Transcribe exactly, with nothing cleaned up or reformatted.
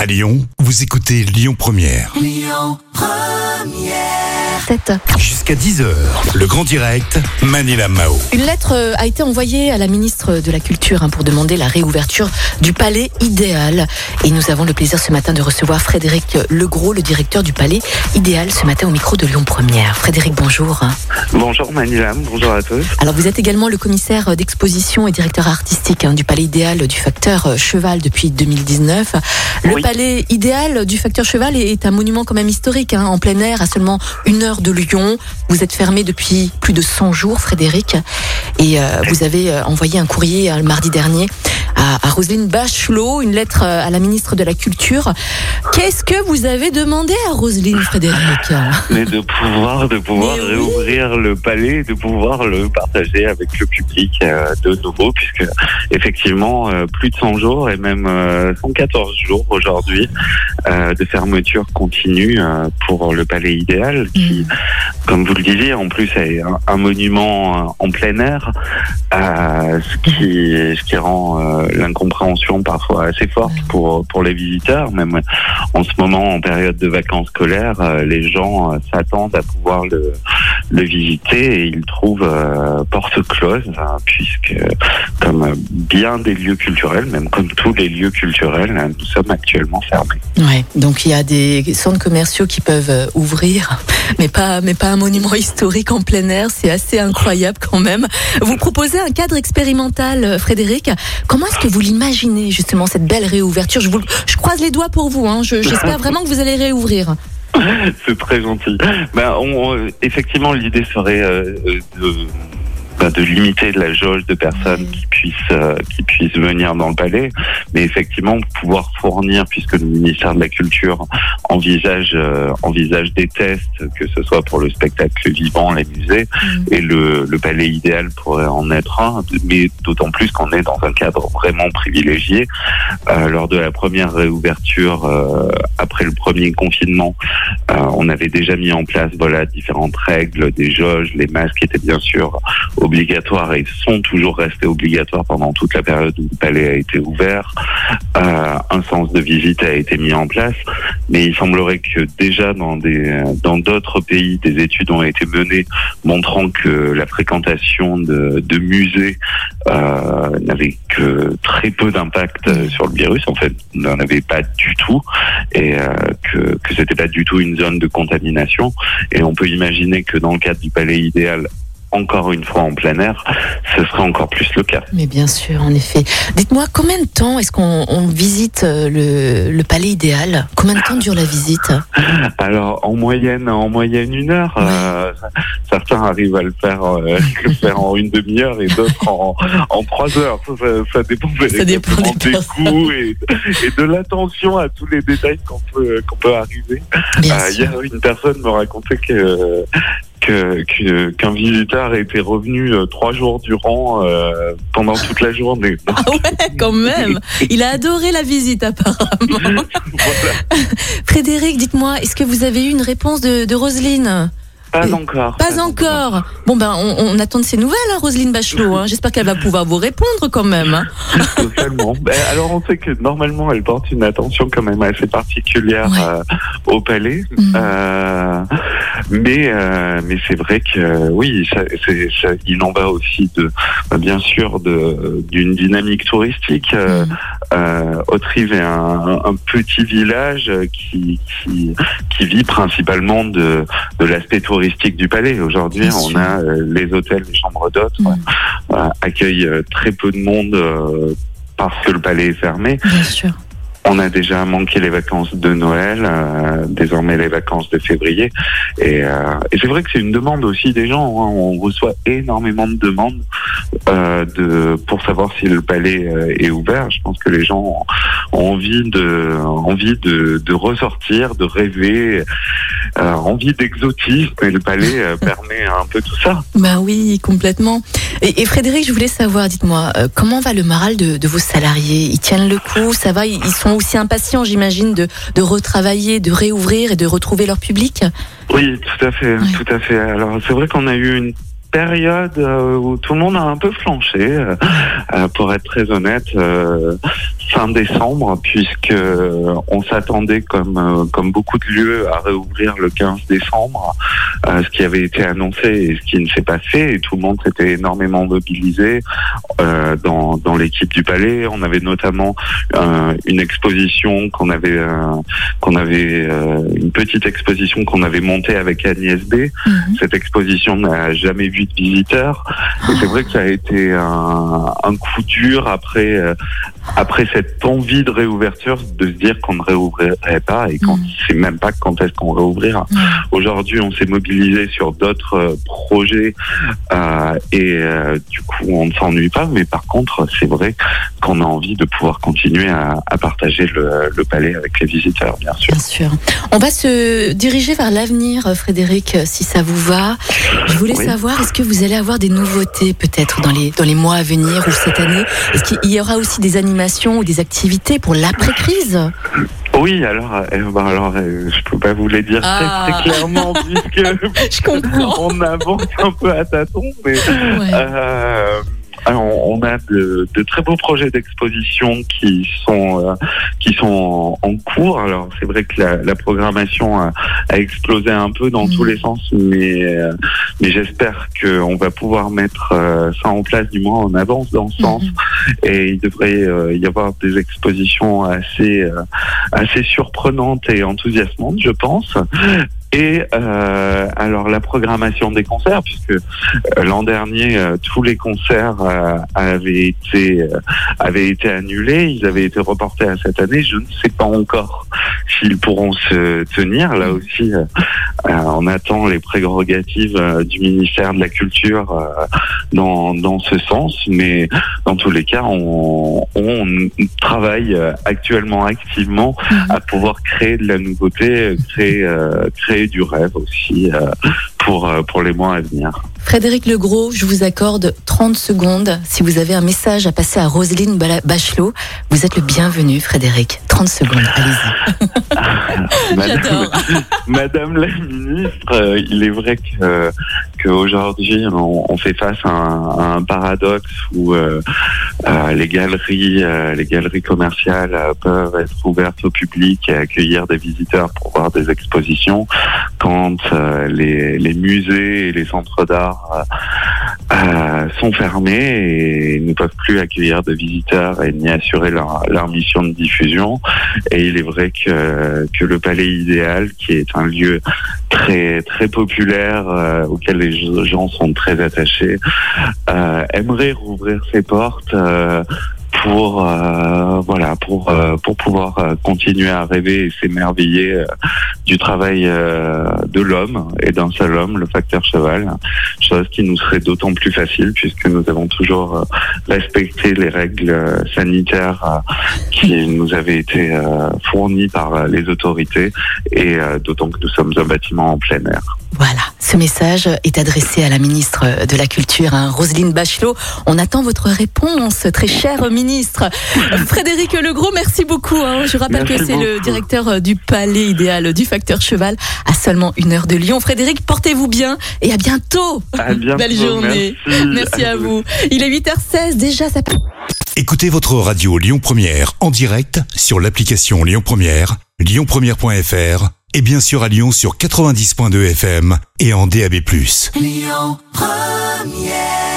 À Lyon, vous écoutez Lyon Première. Lyon Première. Jusqu'à dix heures, le grand direct, Manila Mao. Une lettre a été envoyée à la ministre de la Culture hein, pour demander la réouverture du Palais Idéal. Et nous avons le plaisir ce matin de recevoir Frédéric Legros, le directeur du Palais Idéal, ce matin au micro de Lyon Première. Frédéric, bonjour. Bonjour Manila, bonjour à tous. Alors vous êtes également le commissaire d'exposition et directeur artistique hein, du Palais Idéal du Facteur Cheval depuis deux mille dix-neuf. Le Oui. Palais Idéal du Facteur Cheval est un monument quand même historique, hein, en plein air, à seulement une heure de Lyon. Vous êtes fermé depuis plus de cent jours, Frédéric, et euh, vous avez euh, envoyé un courrier euh, le mardi dernier à, à Roselyne Bachelot, une lettre euh, à la ministre de la Culture. Qu'est-ce que vous avez demandé à Roselyne, Frédéric ? Mais de pouvoir, de pouvoir Mais oui. réouvrir le palais, de pouvoir le partager avec le public euh, de nouveau, puisque effectivement euh, plus de cent jours et même euh, cent quatorze jours aujourd'hui euh, de fermeture continue euh, pour le Palais Idéal, qui, comme vous le disiez, en plus est un, un monument euh, en plein air, euh, ce qui ce qui rend euh, l'incompréhension parfois assez forte pour pour les visiteurs. Même en ce moment, en période de vacances scolaires, euh, les gens euh, s'attendent à pouvoir le le visiter et ils trouvent euh, porte close, hein, puisque comme bien des lieux culturels, même comme tous les lieux culturels, hein, nous sommes actuellement fermés. Ouais, donc il y a des centres commerciaux qui peuvent euh, ouvrir, mais pas, mais pas un monument historique en plein air. C'est assez incroyable quand même. Vous proposez un cadre expérimental, euh, Frédéric. Comment est-ce que vous l'imaginez justement cette belle réouverture ? Je, vous, je croise les doigts pour vous. Hein. Je, j'espère vraiment que vous allez réouvrir. C'est très gentil. Ben, on, euh, effectivement, l'idée serait euh, de, ben, de limiter la jauge de personnes qui puissent euh, qui puissent venir dans le palais, mais effectivement pouvoir fournir, puisque le ministère de la Culture envisage euh, envisage des tests, que ce soit pour le spectacle vivant, les musées, mmh. et le, le Palais Idéal pourrait en être un, mais d'autant plus qu'on est dans un cadre vraiment privilégié. Euh, lors de la première réouverture euh, après le premier confinement, euh, on avait déjà mis en place voilà différentes règles, des jauges, les masques étaient bien sûr obligatoires et sont toujours restés obligatoires pendant toute la période où le palais a été ouvert. Euh, un sens de visite a été mis en place, mais il semblerait que déjà dans des dans d'autres pays, des études ont été menées montrant que la fréquentation de, de musées euh, n'avait que très peu d'impact sur le virus. En fait, n'en avait pas du tout, et euh, que que c'était pas du tout une zone de contamination. Et on peut imaginer que dans le cadre du Palais Idéal, encore une fois en plein air, ce serait encore plus le cas. Mais bien sûr, en effet. Dites-moi, combien de temps est-ce qu'on on visite le, le Palais Idéal ? Combien de temps dure la visite ? Alors, en moyenne, en moyenne une heure. Ouais. Euh, certains arrivent à le faire, euh, le faire en une demi-heure et d'autres en, en trois heures. Ça, ça, ça dépend, ça dépend des, des goûts et, et de l'attention à tous les détails qu'on peut, qu'on peut arriver. Bien euh, hier, une personne me racontait que Que, que, qu'un visiteur était revenu euh, trois jours durant euh, pendant toute la journée. Ah ouais, quand même. Il a adoré la visite apparemment. Voilà. Frédéric, dites-moi, est-ce que vous avez eu une réponse de, de Roselyne ? Pas encore. Pas, pas encore. encore. Bon ben, on, on attend de ses nouvelles, hein, Roselyne Bachelot. Hein. J'espère qu'elle va pouvoir vous répondre quand même. Hein. Totalement. Ben, alors on sait que normalement elle porte une attention quand même assez particulière ouais. euh, au palais, mmh. euh, mais euh, mais c'est vrai que oui, ça, c'est, ça, il en va aussi de bien sûr de d'une dynamique touristique. Euh, mmh. euh, Autrive est un, un petit village qui qui qui vit principalement de de l'aspect touristique du palais. Aujourd'hui, bien on sûr. a euh, les hôtels, les chambres d'hôtes mmh. euh, accueillent euh, très peu de monde euh, parce que le palais est fermé. Bien sûr. On a déjà manqué les vacances de Noël, euh, désormais les vacances de février. Et, euh, et c'est vrai que c'est une demande aussi des gens. Hein. On reçoit énormément de demandes euh, de, pour savoir si le palais euh, est ouvert. Je pense que les gens ont envie de, envie de, de ressortir, de rêver, euh, envie d'exotisme. Et le palais euh, permet un peu tout ça. Ben oui, complètement. Et, et Frédéric, je voulais savoir, dites-moi, euh, comment va le moral de, de vos salariés ? Ils tiennent le coup, ça va ? Ils sont aussi impatients, j'imagine, de, de retravailler, de réouvrir et de retrouver leur public ? Oui, tout à fait, ouais. tout à fait. Alors, c'est vrai qu'on a eu une période où tout le monde a un peu flanché. Euh, pour être très honnête, euh, fin décembre, puisque on s'attendait, comme euh, comme beaucoup de lieux, à réouvrir le quinze décembre, euh, ce qui avait été annoncé et ce qui ne s'est pas fait. Et tout le monde s'était énormément mobilisé euh, dans dans l'équipe du Palais. On avait notamment euh, une exposition qu'on avait euh, qu'on avait euh, une petite exposition qu'on avait montée avec Agnès B. Mmh. Cette exposition n'a jamais vu de visiteurs. Et c'est vrai que ça a été un, un coup dur après euh, après cette envie de réouverture, de se dire qu'on ne réouvrirait pas et qu'on ne mmh. sait même pas quand est-ce qu'on réouvrira. Mmh. Aujourd'hui, on s'est mobilisé sur d'autres euh, projets euh, et euh, du coup, on ne s'ennuie pas. Mais par contre, c'est vrai qu'on a envie de pouvoir continuer à, à partager le, le palais avec les visiteurs, bien sûr. Bien sûr. On va se diriger vers l'avenir, Frédéric, si ça vous va. Je voulais oui. savoir, est-ce que vous allez avoir des nouveautés peut-être dans les, dans les mois à venir ou cette année? Est-ce qu'il y aura aussi des animations ou des activités pour l'après-crise? Oui, alors, euh, bah alors euh, je peux pas vous les dire ah. très, très clairement puisque je comprends. On avance un peu à tâtons, mais ouais. euh, alors, on a de, de très beaux projets d'exposition qui sont euh, qui sont en, en cours. Alors c'est vrai que la, la programmation a, a explosé un peu dans mmh. tous les sens, mais euh, mais j'espère qu'on va pouvoir mettre euh, ça en place, du moins en avance dans ce mmh. sens. Et il devrait euh, y avoir des expositions assez euh, assez surprenantes et enthousiasmantes, je pense. Et euh, alors la programmation des concerts, puisque euh, l'an dernier euh, tous les concerts euh, avaient été euh, avaient été annulés, ils avaient été reportés à cette année. Je ne sais pas encore s'ils pourront se tenir. Là aussi, euh, euh, on attend les prérogatives euh, du ministère de la Culture euh, dans dans ce sens. Mais dans tous les cas, on, on travaille actuellement activement à pouvoir créer de la nouveauté, créer euh, créer du rêve aussi euh, pour, euh, pour les mois à venir. Frédéric Legros, je vous accorde trente secondes. Si vous avez un message à passer à Roselyne Bachelot, vous êtes le bienvenu, Frédéric. trente secondes, allez-y. Madame, J'adore. Madame la ministre, euh, il est vrai que qu'aujourd'hui, on, on fait face à un, à un paradoxe où euh, euh, les galeries, euh, les galeries commerciales euh, peuvent être ouvertes au public et accueillir des visiteurs pour voir des expositions, quand euh, les, les musées et les centres d'art euh, euh, sont fermés et ne peuvent plus accueillir de visiteurs et ni assurer leur, leur mission de diffusion. Et il est vrai que, que le Palais Idéal, qui est un lieu très très populaire euh, auquel les gens sont très attachés, euh, aimerait rouvrir ses portes euh, pour euh, voilà pour euh, pour pouvoir euh, continuer à rêver et s'émerveiller euh, du travail euh, de l'homme et d'un seul homme, le facteur cheval, chose qui nous serait d'autant plus facile puisque nous avons toujours euh, respecté les règles euh, sanitaires euh, qui nous avaient été euh, fournies par euh, les autorités et euh, d'autant que nous sommes un bâtiment en plein air. Voilà, ce message est adressé à la ministre de la Culture, hein, Roselyne Bachelot. On attend votre réponse, très cher ministre. Frédéric Legros, merci beaucoup. Hein. Je rappelle merci que c'est beaucoup. Le directeur du Palais Idéal du Facteur Cheval, à seulement une heure de Lyon. Frédéric, portez-vous bien et à bientôt. À bientôt. Belle journée. Merci, merci à vous. Il est huit heures seize, déjà ça peut... Écoutez votre radio Lyon Première en direct sur l'application Lyon Première, lyon première point f r et bien sûr à Lyon sur quatre-vingt-dix point deux F M et en D A B plus. Lyon Première.